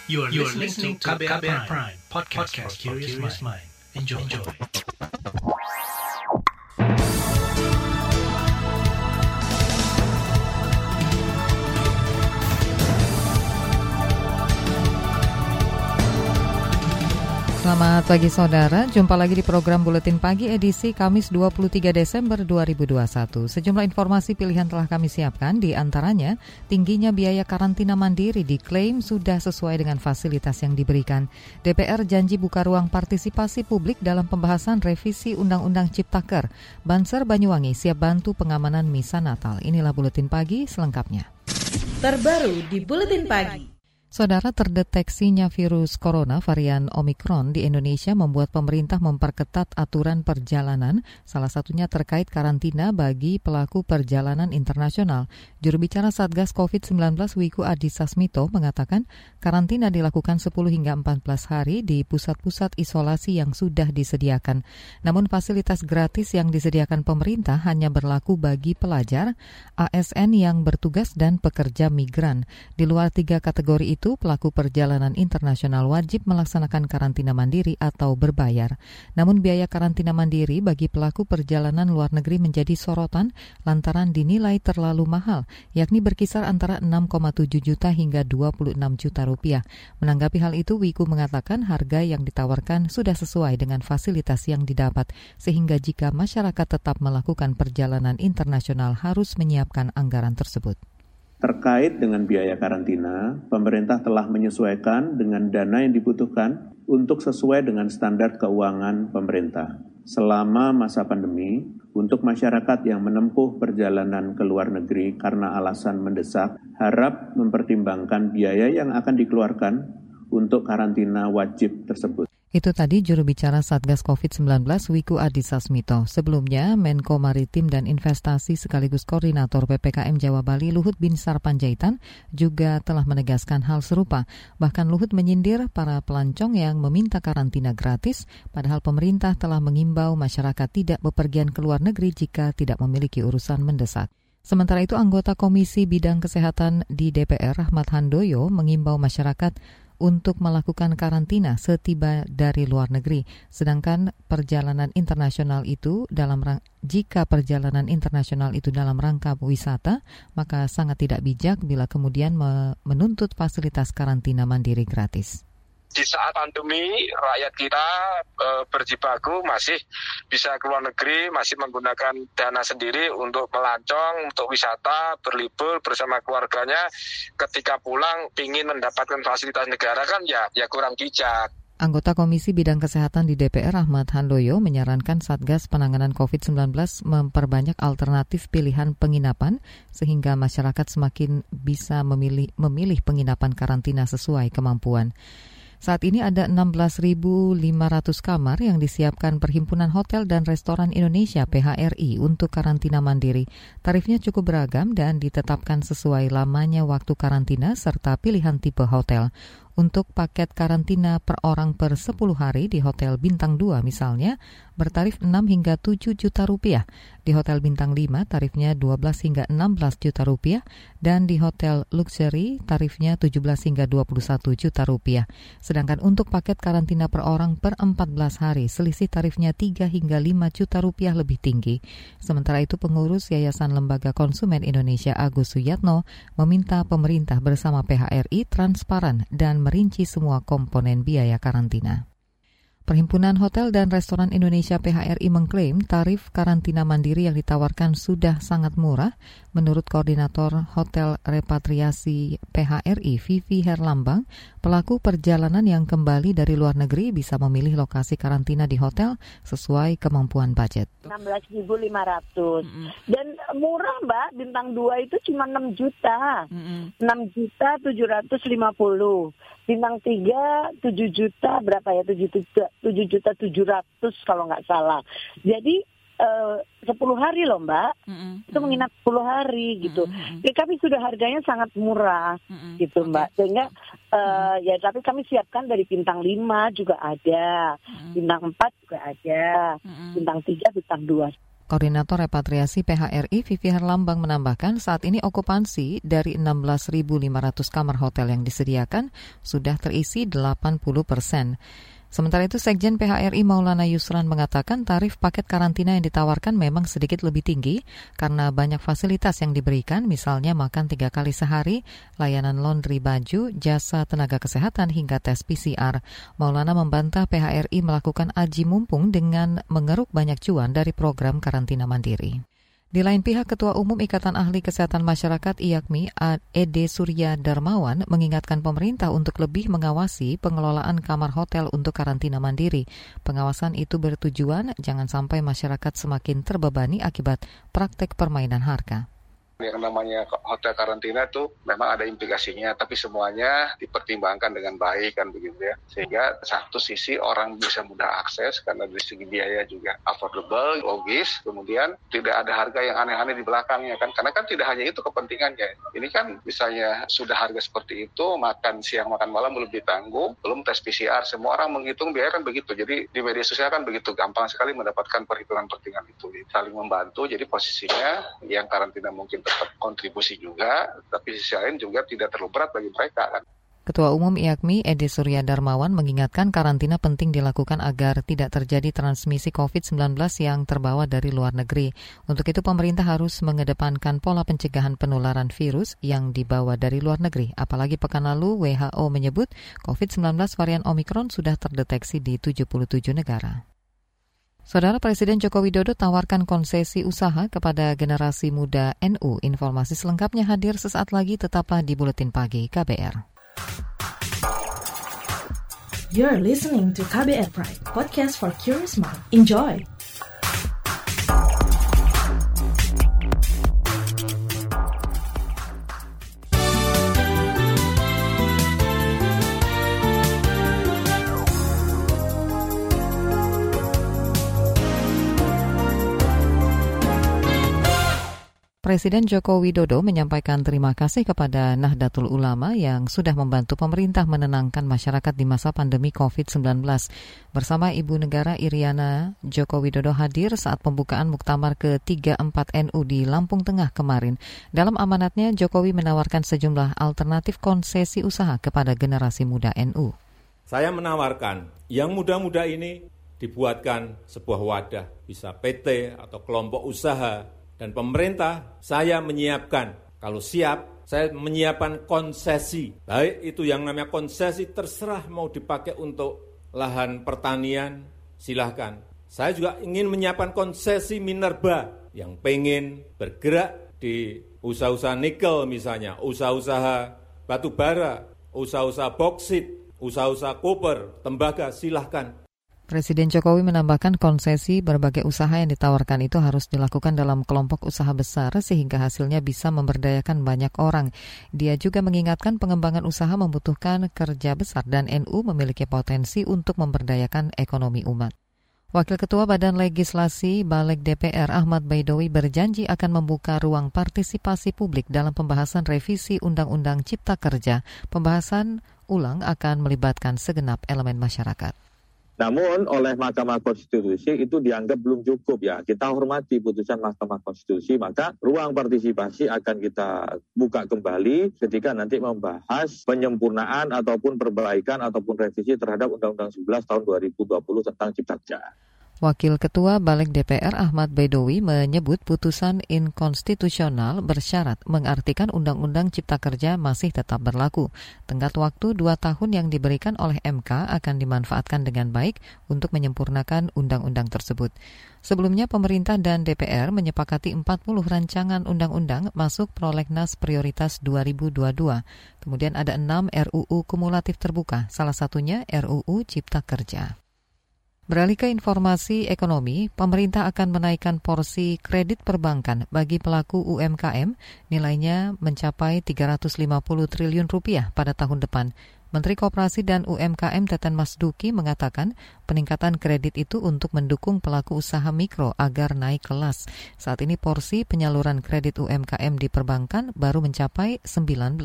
You are listening to KBR Prime, podcast for curious mind. Enjoy. Selamat pagi saudara, jumpa lagi di program Buletin Pagi edisi Kamis 23 Desember 2021. Sejumlah informasi pilihan telah kami siapkan, di antaranya tingginya biaya karantina mandiri diklaim sudah sesuai dengan fasilitas yang diberikan. DPR janji buka ruang partisipasi publik dalam pembahasan revisi Undang-Undang Ciptaker. Banser Banyuwangi siap bantu pengamanan misa Natal. Inilah Buletin Pagi selengkapnya. Terbaru di Buletin Pagi. Saudara, terdeteksinya virus corona varian Omicron di Indonesia membuat pemerintah memperketat aturan perjalanan, salah satunya terkait karantina bagi pelaku perjalanan internasional. Juru bicara Satgas COVID-19 Wiku Adhisa Smito mengatakan karantina dilakukan 10 hingga 14 hari di pusat-pusat isolasi yang sudah disediakan. Namun fasilitas gratis yang disediakan pemerintah hanya berlaku bagi pelajar, ASN yang bertugas dan pekerja migran. Di luar 3 kategori itu, pelaku perjalanan internasional wajib melaksanakan karantina mandiri atau berbayar. Namun biaya karantina mandiri bagi pelaku perjalanan luar negeri menjadi sorotan lantaran dinilai terlalu mahal, yakni berkisar antara 6,7 juta hingga 26 juta rupiah. Menanggapi hal itu, Wiku mengatakan harga yang ditawarkan sudah sesuai dengan fasilitas yang didapat, sehingga jika masyarakat tetap melakukan perjalanan internasional harus menyiapkan anggaran tersebut. Terkait dengan biaya karantina, pemerintah telah menyesuaikan dengan dana yang dibutuhkan untuk sesuai dengan standar keuangan pemerintah. Selama masa pandemi, untuk masyarakat yang menempuh perjalanan ke luar negeri karena alasan mendesak, harap mempertimbangkan biaya yang akan dikeluarkan untuk karantina wajib tersebut. Itu tadi juru bicara Satgas COVID-19 Wiku Adhisa Smito. Sebelumnya, Menko Maritim dan Investasi sekaligus Koordinator PPKM Jawa Bali Luhut Binsar Panjaitan juga telah menegaskan hal serupa. Bahkan Luhut menyindir para pelancong yang meminta karantina gratis, padahal pemerintah telah mengimbau masyarakat tidak bepergian ke luar negeri jika tidak memiliki urusan mendesak. Sementara itu, anggota Komisi Bidang Kesehatan di DPR Rahmat Handoyo mengimbau masyarakat untuk melakukan karantina setiba dari luar negeri. Sedangkan perjalanan internasional itu jika perjalanan internasional itu dalam rangka wisata, maka sangat tidak bijak bila kemudian menuntut fasilitas karantina mandiri gratis. Di saat pandemi, rakyat kita berjibaku masih bisa keluar negeri, masih menggunakan dana sendiri untuk melancong, untuk wisata, berlibur bersama keluarganya. Ketika pulang, ingin mendapatkan fasilitas negara kan ya kurang bijak. Anggota Komisi Bidang Kesehatan di DPR Rahmat Handoyo menyarankan Satgas Penanganan COVID-19 memperbanyak alternatif pilihan penginapan sehingga masyarakat semakin bisa memilih penginapan karantina sesuai kemampuan. Saat ini ada 16.500 kamar yang disiapkan Perhimpunan Hotel dan Restoran Indonesia PHRI untuk karantina mandiri. Tarifnya cukup beragam dan ditetapkan sesuai lamanya waktu karantina serta pilihan tipe hotel. Untuk paket karantina per orang per 10 hari di Hotel Bintang 2 misalnya, bertarif 6 hingga 7 juta rupiah. Di Hotel Bintang 5 tarifnya 12 hingga 16 juta rupiah. Dan di Hotel Luxury tarifnya 17 hingga 21 juta rupiah. Sedangkan untuk paket karantina per orang per 14 hari, selisih tarifnya 3 hingga 5 juta rupiah lebih tinggi. Sementara itu pengurus Yayasan Lembaga Konsumen Indonesia Agus Suyatno meminta pemerintah bersama PHRI transparan dan merinci semua komponen biaya karantina. Perhimpunan Hotel dan Restoran Indonesia PHRI mengklaim tarif karantina mandiri yang ditawarkan sudah sangat murah. Menurut Koordinator Hotel Repatriasi PHRI, Vivi Herlambang, pelaku perjalanan yang kembali dari luar negeri bisa memilih lokasi karantina di hotel sesuai kemampuan budget. 16.500 dan murah Mbak, bintang 2 itu cuma 6 juta, 6.750. Bintang 3 7 juta berapa ya, 7.700.000 kalau nggak salah. Jadi 10 hari loh Mbak, itu menginap 10 hari gitu. Tapi sudah harganya sangat murah gitu Mbak. Sehingga ya tapi kami siapkan dari bintang 5 juga ada, bintang 4 juga ada, bintang 3, bintang 2. Koordinator Repatriasi PHRI Vivi Herlambang menambahkan saat ini okupansi dari 16.500 kamar hotel yang disediakan sudah terisi 80%. Sementara itu Sekjen PHRI Maulana Yusran mengatakan tarif paket karantina yang ditawarkan memang sedikit lebih tinggi karena banyak fasilitas yang diberikan, misalnya makan 3 kali sehari, layanan laundry baju, jasa tenaga kesehatan hingga tes PCR. Maulana membantah PHRI melakukan aji mumpung dengan mengeruk banyak cuan dari program karantina mandiri. Di lain pihak, Ketua Umum Ikatan Ahli Kesehatan Masyarakat IAKMI, Ede Surya Darmawan, mengingatkan pemerintah untuk lebih mengawasi pengelolaan kamar hotel untuk karantina mandiri. Pengawasan itu bertujuan jangan sampai masyarakat semakin terbebani akibat praktek permainan harga. Yang namanya hotel karantina itu memang ada implikasinya, tapi semuanya dipertimbangkan dengan baik kan begitu ya. Sehingga satu sisi orang bisa mudah akses karena dari segi biaya juga affordable, logis, kemudian tidak ada harga yang aneh-aneh di belakangnya kan. Karena kan tidak hanya itu kepentingannya. Ini kan misalnya sudah harga seperti itu, makan siang makan malam belum ditanggung, belum tes PCR, semua orang menghitung biaya kan begitu. Jadi di media sosial kan begitu gampang sekali mendapatkan perhitungan-perhitungan itu. Saling membantu, jadi posisinya yang karantina mungkin tetap kontribusi juga, tapi sisi lain juga tidak terlalu berat bagi mereka kan. Ketua Umum IAKMI Ede Surya Darmawan mengingatkan karantina penting dilakukan agar tidak terjadi transmisi COVID-19 yang terbawa dari luar negeri. Untuk itu pemerintah harus mengedepankan pola pencegahan penularan virus yang dibawa dari luar negeri. Apalagi pekan lalu WHO menyebut COVID-19 varian Omikron sudah terdeteksi di 77 negara. Saudara, Presiden Joko Widodo tawarkan konsesi usaha kepada generasi muda NU. Informasi selengkapnya hadir sesaat lagi, tetaplah di Buletin Pagi KBR. You're listening to KBR Pride, podcast for curious mind. Enjoy! Presiden Joko Widodo menyampaikan terima kasih kepada Nahdlatul Ulama yang sudah membantu pemerintah menenangkan masyarakat di masa pandemi COVID-19. Bersama Ibu Negara Iriana, Joko Widodo hadir saat pembukaan Muktamar ke-34 NU di Lampung Tengah kemarin. Dalam amanatnya, Jokowi menawarkan sejumlah alternatif konsesi usaha kepada generasi muda NU. Saya menawarkan yang muda-muda ini dibuatkan sebuah wadah, bisa PT atau kelompok usaha. Dan pemerintah, saya menyiapkan, kalau siap, saya menyiapkan konsesi. Baik itu yang namanya konsesi terserah mau dipakai untuk lahan pertanian, silahkan. Saya juga ingin menyiapkan konsesi minerba yang pengen bergerak di usaha-usaha nikel misalnya, usaha-usaha batu bara, usaha-usaha boksit, usaha-usaha koper, tembaga, silahkan. Presiden Jokowi menambahkan konsesi berbagai usaha yang ditawarkan itu harus dilakukan dalam kelompok usaha besar sehingga hasilnya bisa memberdayakan banyak orang. Dia juga mengingatkan pengembangan usaha membutuhkan kerja besar dan NU memiliki potensi untuk memberdayakan ekonomi umat. Wakil Ketua Badan Legislasi Balik DPR Ahmad Baidowi berjanji akan membuka ruang partisipasi publik dalam pembahasan revisi Undang-Undang Cipta Kerja. Pembahasan ulang akan melibatkan segenap elemen masyarakat. Namun oleh Mahkamah Konstitusi itu dianggap belum cukup ya. Kita hormati putusan Mahkamah Konstitusi, maka ruang partisipasi akan kita buka kembali ketika nanti membahas penyempurnaan ataupun perbaikan ataupun revisi terhadap Undang-Undang 11 tahun 2020 tentang Cipta Kerja. Wakil Ketua Balik DPR Ahmad Baidowi menyebut putusan inkonstitusional bersyarat mengartikan Undang-Undang Cipta Kerja masih tetap berlaku. Tenggat waktu 2 tahun yang diberikan oleh MK akan dimanfaatkan dengan baik untuk menyempurnakan undang-undang tersebut. Sebelumnya pemerintah dan DPR menyepakati 40 rancangan undang-undang masuk prolegnas prioritas 2022. Kemudian ada 6 RUU kumulatif terbuka, salah satunya RUU Cipta Kerja. Beralih ke informasi ekonomi, pemerintah akan menaikkan porsi kredit perbankan bagi pelaku UMKM, nilainya mencapai 350 triliun rupiah pada tahun depan. Menteri Koperasi dan UMKM Teten Mas Duki mengatakan peningkatan kredit itu untuk mendukung pelaku usaha mikro agar naik kelas. Saat ini porsi penyaluran kredit UMKM di perbankan baru mencapai 19%.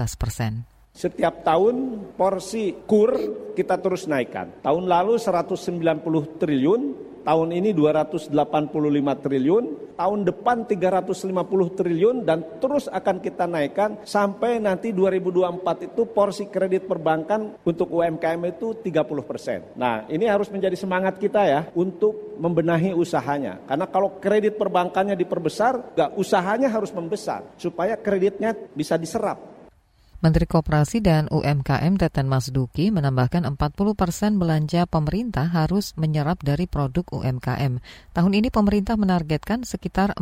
Setiap tahun porsi KUR kita terus naikkan. Tahun lalu 190 triliun, tahun ini 285 triliun, tahun depan 350 triliun, dan terus akan kita naikkan sampai nanti 2024 itu porsi kredit perbankan untuk UMKM itu 30%. Nah, ini harus menjadi semangat kita ya untuk membenahi usahanya. Karena kalau kredit perbankannya diperbesar, usahanya harus membesar supaya kreditnya bisa diserap. Menteri Koperasi dan UMKM Teten Mas Duki menambahkan 40% belanja pemerintah harus menyerap dari produk UMKM. Tahun ini pemerintah menargetkan sekitar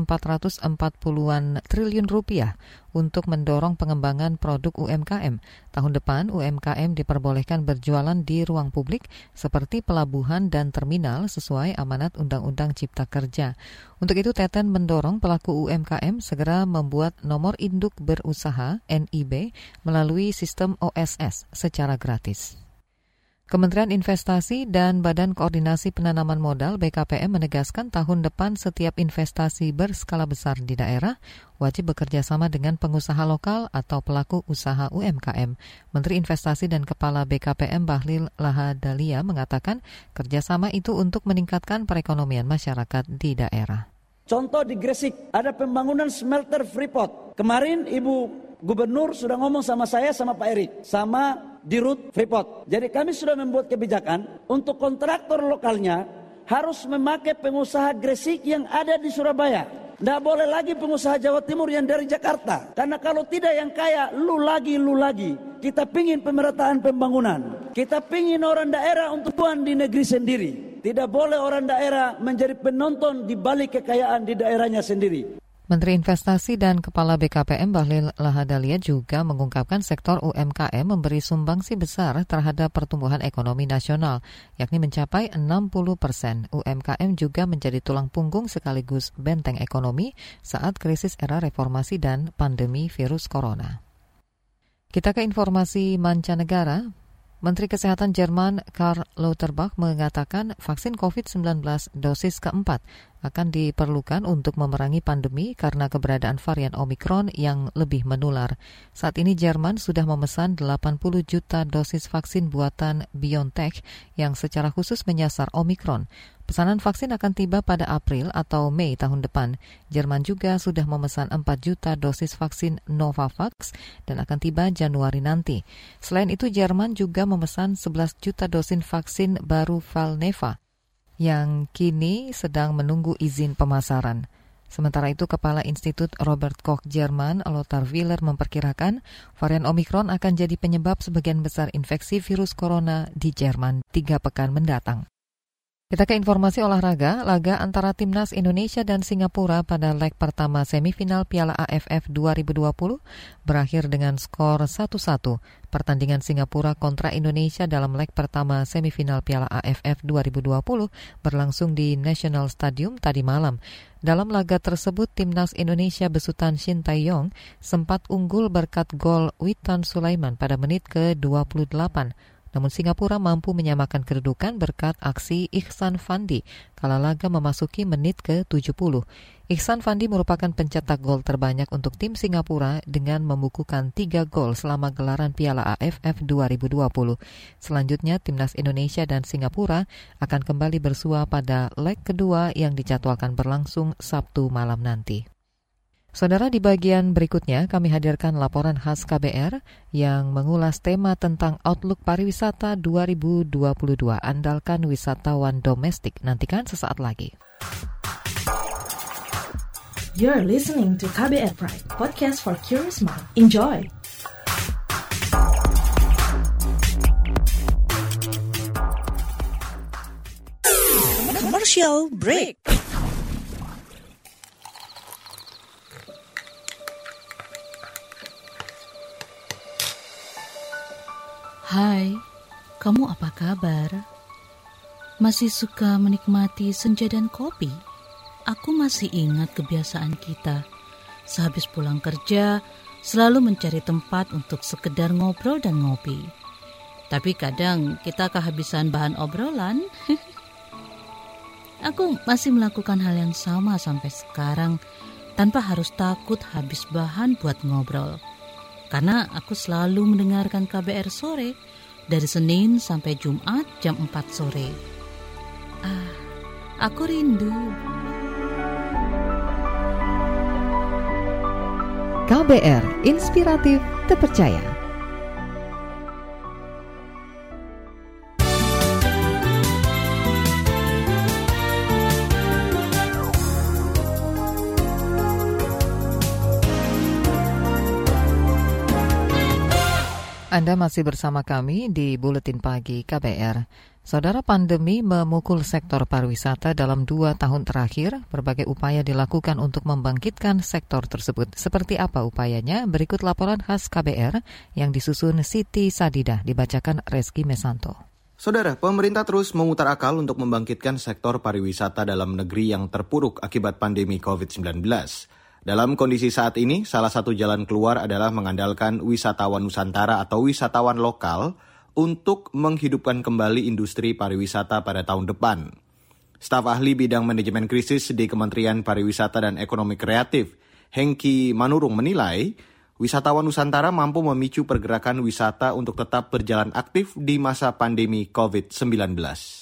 440-an triliun rupiah untuk mendorong pengembangan produk UMKM. Tahun depan UMKM diperbolehkan berjualan di ruang publik seperti pelabuhan dan terminal sesuai amanat Undang-Undang Cipta Kerja. Untuk itu Teten mendorong pelaku UMKM segera membuat nomor induk berusaha NIB melalui sistem OSS secara gratis. Kementerian Investasi dan Badan Koordinasi Penanaman Modal BKPM menegaskan tahun depan setiap investasi berskala besar di daerah wajib bekerja sama dengan pengusaha lokal atau pelaku usaha UMKM. Menteri Investasi dan Kepala BKPM Bahlil Lahadalia mengatakan kerjasama itu untuk meningkatkan perekonomian masyarakat di daerah. Contoh di Gresik, ada pembangunan smelter Freeport. Kemarin Ibu Gubernur sudah ngomong sama saya, sama Pak Erik, sama Dirut Freeport. Jadi kami sudah membuat kebijakan untuk kontraktor lokalnya harus memakai pengusaha Gresik yang ada di Surabaya. Tidak boleh lagi pengusaha Jawa Timur yang dari Jakarta. Karena kalau tidak yang kaya, lu lagi. Kita pingin pemerataan pembangunan. Kita pingin orang daerah untuk tuan di negeri sendiri. Tidak boleh orang daerah menjadi penonton di balik kekayaan di daerahnya sendiri. Menteri Investasi dan Kepala BKPM Bahlil Lahadalia juga mengungkapkan sektor UMKM memberi sumbangsi besar terhadap pertumbuhan ekonomi nasional, yakni mencapai 60%. UMKM juga menjadi tulang punggung sekaligus benteng ekonomi saat krisis era reformasi dan pandemi virus corona. Kita ke informasi mancanegara. Menteri Kesehatan Jerman Karl Lauterbach mengatakan vaksin COVID-19 dosis keempat akan diperlukan untuk memerangi pandemi karena keberadaan varian Omikron yang lebih menular. Saat ini Jerman sudah memesan 80 juta dosis vaksin buatan BioNTech yang secara khusus menyasar Omikron. Pesanan vaksin akan tiba pada April atau Mei tahun depan. Jerman juga sudah memesan 4 juta dosis vaksin Novavax dan akan tiba Januari nanti. Selain itu, Jerman juga memesan 11 juta dosis vaksin baru Valneva yang kini sedang menunggu izin pemasaran. Sementara itu, Kepala Institut Robert Koch Jerman, Lothar Wieler, memperkirakan varian Omikron akan jadi penyebab sebagian besar infeksi virus corona di Jerman 3 pekan mendatang. Kita ke informasi olahraga. Laga antara Timnas Indonesia dan Singapura pada leg pertama semifinal Piala AFF 2020 berakhir dengan skor 1-1. Pertandingan Singapura kontra Indonesia dalam leg pertama semifinal Piala AFF 2020 berlangsung di National Stadium tadi malam. Dalam laga tersebut, Timnas Indonesia besutan Shin Tae-yong sempat unggul berkat gol Witan Sulaiman pada menit ke-28. Namun Singapura mampu menyamakan kedudukan berkat aksi Ihsan Fandi kala laga memasuki menit ke-70. Ihsan Fandi merupakan pencetak gol terbanyak untuk tim Singapura dengan membukukan 3 gol selama gelaran Piala AFF 2020. Selanjutnya, Timnas Indonesia dan Singapura akan kembali bersua pada leg kedua yang dijadwalkan berlangsung Sabtu malam nanti. Saudara, di bagian berikutnya kami hadirkan laporan khas KBR yang mengulas tema tentang Outlook Pariwisata 2022. Andalkan wisatawan domestik. Nantikan sesaat lagi. You're listening to KBR Pride, podcast for curious mind. Enjoy! Commercial break. Hai, kamu apa kabar? Masih suka menikmati senja dan kopi? Aku masih ingat kebiasaan kita. Sehabis pulang kerja, selalu mencari tempat untuk sekedar ngobrol dan ngopi. Tapi kadang kita kehabisan bahan obrolan. Aku masih melakukan hal yang sama sampai sekarang, tanpa harus takut habis bahan buat ngobrol. Karena aku selalu mendengarkan KBR Sore dari Senin sampai Jumat jam 4 sore. Aku rindu. KBR, inspiratif, terpercaya. Anda masih bersama kami di Buletin Pagi KBR. Saudara, pandemi memukul sektor pariwisata dalam 2 tahun terakhir. Berbagai upaya dilakukan untuk membangkitkan sektor tersebut. Seperti apa upayanya? Berikut laporan khas KBR yang disusun Siti Sadidah, dibacakan Reski Mesanto. Saudara, pemerintah terus memutar akal untuk membangkitkan sektor pariwisata dalam negeri yang terpuruk akibat pandemi COVID-19. Dalam kondisi saat ini, salah satu jalan keluar adalah mengandalkan wisatawan Nusantara atau wisatawan lokal untuk menghidupkan kembali industri pariwisata pada tahun depan. Staf ahli bidang manajemen krisis di Kementerian Pariwisata dan Ekonomi Kreatif, Hengki Manurung, menilai wisatawan Nusantara mampu memicu pergerakan wisata untuk tetap berjalan aktif di masa pandemi COVID-19.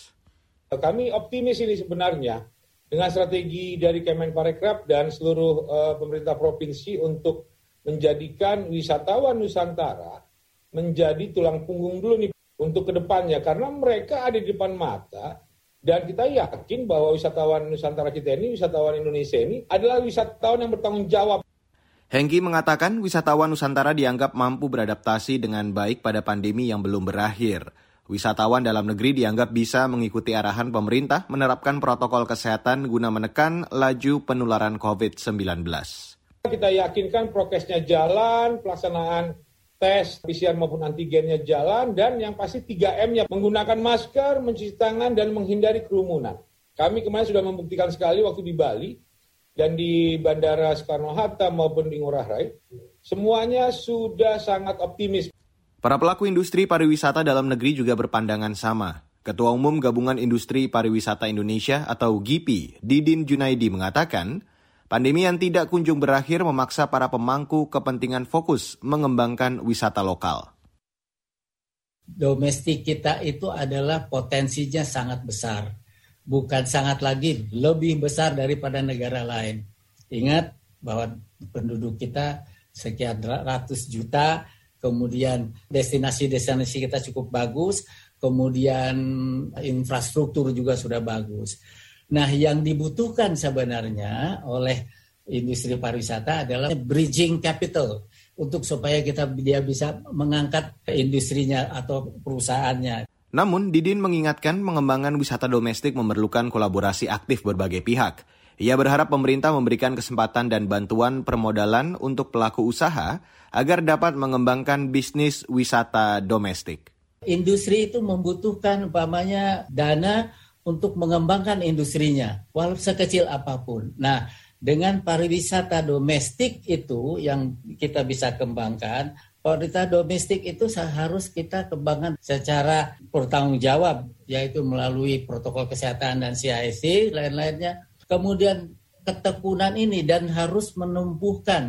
Kami optimis ini sebenarnya. Dengan strategi dari Kemenparekraf dan seluruh pemerintah provinsi untuk menjadikan wisatawan Nusantara menjadi tulang punggung dulu nih untuk kedepannya. Karena mereka ada di depan mata dan kita yakin bahwa wisatawan Nusantara kita ini, wisatawan Indonesia ini adalah wisatawan yang bertanggung jawab. Hengki mengatakan wisatawan Nusantara dianggap mampu beradaptasi dengan baik pada pandemi yang belum berakhir. Wisatawan dalam negeri dianggap bisa mengikuti arahan pemerintah menerapkan protokol kesehatan guna menekan laju penularan COVID-19. Kita yakinkan prokesnya jalan, pelaksanaan tes PCR maupun antigennya jalan, dan yang pasti 3M-nya, menggunakan masker, mencuci tangan, dan menghindari kerumunan. Kami kemarin sudah membuktikan sekali waktu di Bali dan di Bandara Soekarno-Hatta maupun di Ngurah Rai, semuanya sudah sangat optimis. Para pelaku industri pariwisata dalam negeri juga berpandangan sama. Ketua Umum Gabungan Industri Pariwisata Indonesia atau GIPI, Didin Junaidi, mengatakan, pandemi yang tidak kunjung berakhir memaksa para pemangku kepentingan fokus mengembangkan wisata lokal. Domestik kita itu adalah potensinya sangat besar. Bukan sangat lagi, lebih besar daripada negara lain. Ingat bahwa penduduk kita sekian ratus juta, kemudian destinasi-destinasi kita cukup bagus, kemudian infrastruktur juga sudah bagus. Nah, yang dibutuhkan sebenarnya oleh industri pariwisata adalah bridging capital untuk supaya dia bisa mengangkat industrinya atau perusahaannya. Namun, Didin mengingatkan pengembangan wisata domestik memerlukan kolaborasi aktif berbagai pihak. Ia berharap pemerintah memberikan kesempatan dan bantuan permodalan untuk pelaku usaha agar dapat mengembangkan bisnis wisata domestik. Industri itu membutuhkan umpamanya dana untuk mengembangkan industrinya, walaupun sekecil apapun. Nah, dengan pariwisata domestik itu yang kita bisa kembangkan, pariwisata domestik itu harus kita kembangkan secara bertanggung jawab, yaitu melalui protokol kesehatan dan CIC, lain-lainnya. Kemudian ketekunan ini dan harus menumbuhkan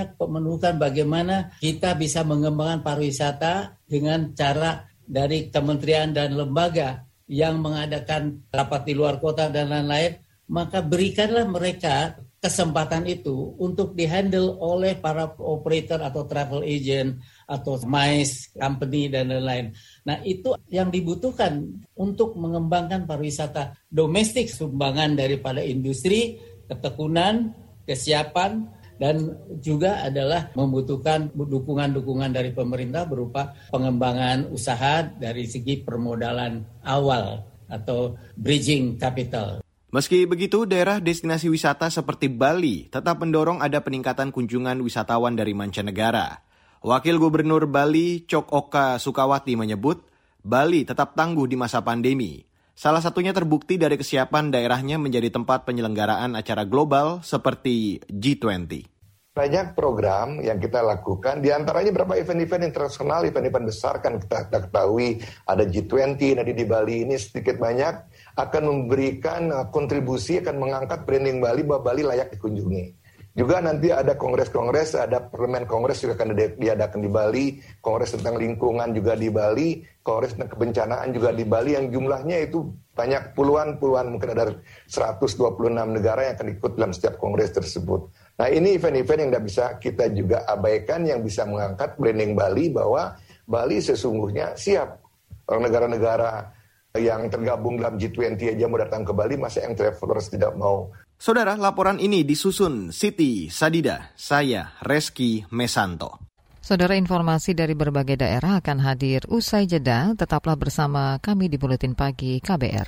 bagaimana kita bisa mengembangkan pariwisata dengan cara dari kementerian dan lembaga yang mengadakan rapat di luar kota dan lain-lain, maka berikanlah mereka kesempatan itu untuk dihandle oleh para operator atau travel agent atau MICE company dan lain-lain. Nah, itu yang dibutuhkan untuk mengembangkan pariwisata domestik, sumbangan daripada industri, ketekunan, kesiapan, dan juga adalah membutuhkan dukungan-dukungan dari pemerintah berupa pengembangan usaha dari segi permodalan awal atau bridging capital. Meski begitu, daerah destinasi wisata seperti Bali tetap mendorong ada peningkatan kunjungan wisatawan dari mancanegara. Wakil Gubernur Bali, Cok Oka Sukawati, menyebut Bali tetap tangguh di masa pandemi. Salah satunya terbukti dari kesiapan daerahnya menjadi tempat penyelenggaraan acara global seperti G20. Banyak program yang kita lakukan, diantaranya beberapa event-event internasional, event-event besar kan kita ketahui, ada G20, nanti di Bali ini sedikit banyak akan memberikan kontribusi, akan mengangkat branding Bali bahwa Bali layak dikunjungi. Juga nanti ada kongres-kongres, ada parlemen kongres juga akan diadakan di Bali, kongres tentang lingkungan juga di Bali, kongres tentang kebencanaan juga di Bali yang jumlahnya itu banyak puluhan, mungkin ada 126 negara yang akan ikut dalam setiap kongres tersebut. Nah ini event-event yang tidak bisa kita juga abaikan, yang bisa mengangkat branding Bali bahwa Bali sesungguhnya siap. Orang negara-negara yang tergabung dalam G20 aja mau datang ke Bali, masa yang travelers tidak mau. Saudara, laporan ini disusun Siti Sadida, saya Reski Mesanto. Saudara, informasi dari berbagai daerah akan hadir usai jeda. Tetaplah bersama kami di Buletin Pagi KBR.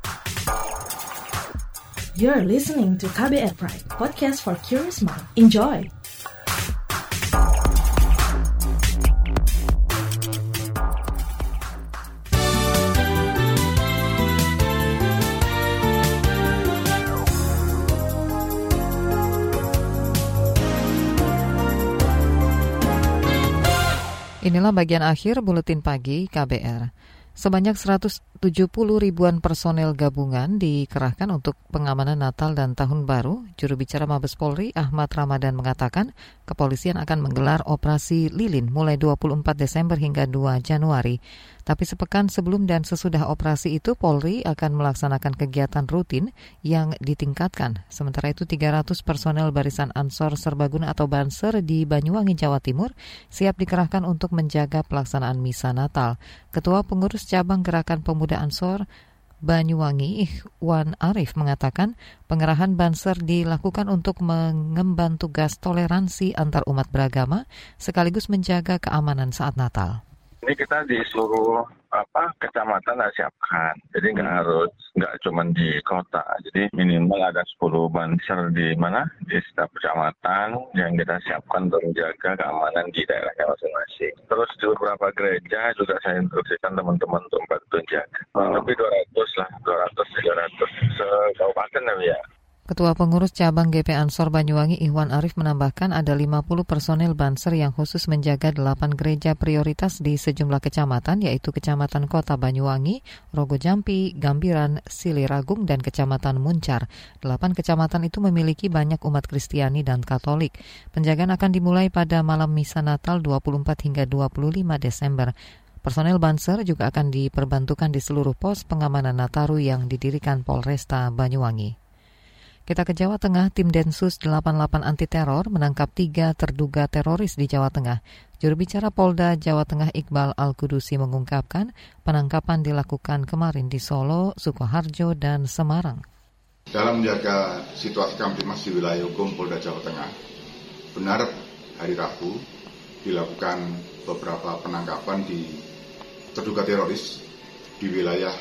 You're listening to KBR Pride, podcast for curious mind. Enjoy! Inilah bagian akhir Buletin Pagi KBR. Sebanyak 170 ribuan personel gabungan dikerahkan untuk pengamanan Natal dan Tahun Baru. Juru bicara Mabes Polri Ahmad Ramadan mengatakan kepolisian akan menggelar operasi lilin mulai 24 Desember hingga 2 Januari. Tapi sepekan sebelum dan sesudah operasi itu, Polri akan melaksanakan kegiatan rutin yang ditingkatkan. Sementara itu, 300 personel Barisan Ansor Serbaguna atau Banser di Banyuwangi, Jawa Timur siap dikerahkan untuk menjaga pelaksanaan Misa Natal. Ketua Pengurus Cabang Gerakan Pemuda Ansor Banyuwangi, Ikhwan Arif, mengatakan pengerahan Banser dilakukan untuk mengemban tugas toleransi antar umat beragama sekaligus menjaga keamanan saat Natal. Ini kita di seluruh kecamatan siapkan, jadi nggak cuma di kota, jadi minimal ada 10 banser di setiap kecamatan yang kita siapkan untuk menjaga keamanan di daerahnya masing-masing. Terus di beberapa gereja juga saya instruksikan teman-teman untuk membantu jaga. Lebih 200-300 se-kabupaten ya. Ketua Pengurus Cabang GP Ansor Banyuwangi Ikhwan Arif menambahkan ada 50 personel Banser yang khusus menjaga 8 gereja prioritas di sejumlah kecamatan, yaitu Kecamatan Kota Banyuwangi, Rogojampi, Gambiran, Siliragung, dan Kecamatan Muncar. 8 kecamatan itu memiliki banyak umat Kristiani dan Katolik. Penjagaan akan dimulai pada malam Misa Natal 24 hingga 25 Desember. Personel Banser juga akan diperbantukan di seluruh pos pengamanan Nataru yang didirikan Polresta Banyuwangi. Kita ke Jawa Tengah, tim Densus 88 Anti Teror menangkap 3 terduga teroris di Jawa Tengah. Juru bicara Polda Jawa Tengah Iqbal Al-Qudusi mengungkapkan penangkapan dilakukan kemarin di Solo, Sukoharjo, dan Semarang. Dalam menjaga situasi kamtipmas di wilayah hukum Polda Jawa Tengah, benar hari Rabu dilakukan beberapa penangkapan di terduga teroris di wilayah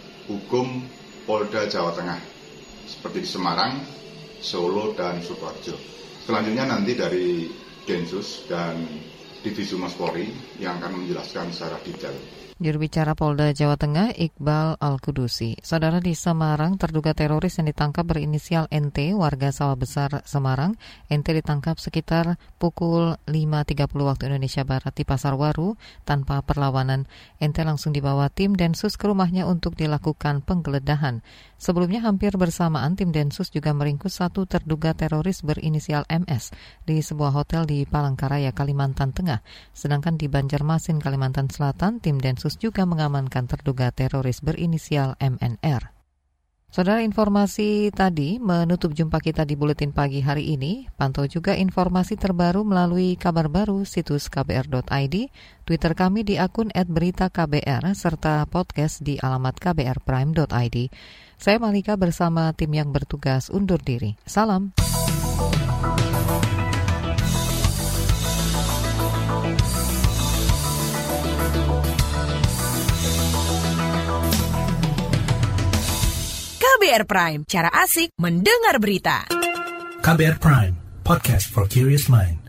hukum Polda Jawa Tengah, seperti di Semarang, Solo, dan Sukoharjo. Selanjutnya nanti dari Densus dan Divisi Humas Polri yang akan menjelaskan secara detail. Juru bicara Polda Jawa Tengah Iqbal Al-Qudusi. Saudara, di Semarang, terduga teroris yang ditangkap berinisial NT, warga Sawah Besar, Semarang. NT ditangkap sekitar pukul 5.30 waktu Indonesia Barat di Pasar Waru tanpa perlawanan. NT langsung dibawa tim Densus ke rumahnya untuk dilakukan penggeledahan. Sebelumnya hampir bersamaan tim Densus juga meringkus 1 terduga teroris berinisial MS di sebuah hotel di Palangkaraya, Kalimantan Tengah. Sedangkan di Banjarmasin, Kalimantan Selatan, tim Densus juga mengamankan terduga teroris berinisial MNR. Saudara, informasi tadi menutup jumpa kita di Buletin Pagi hari ini. Pantau juga informasi terbaru melalui kabar baru situs kbr.id, Twitter kami di akun @beritaKBR, serta podcast di alamat kbrprime.id. Saya Malika bersama tim yang bertugas undur diri. Salam. KBR Prime, cara asik mendengar berita. KBR Prime, podcast for curious mind.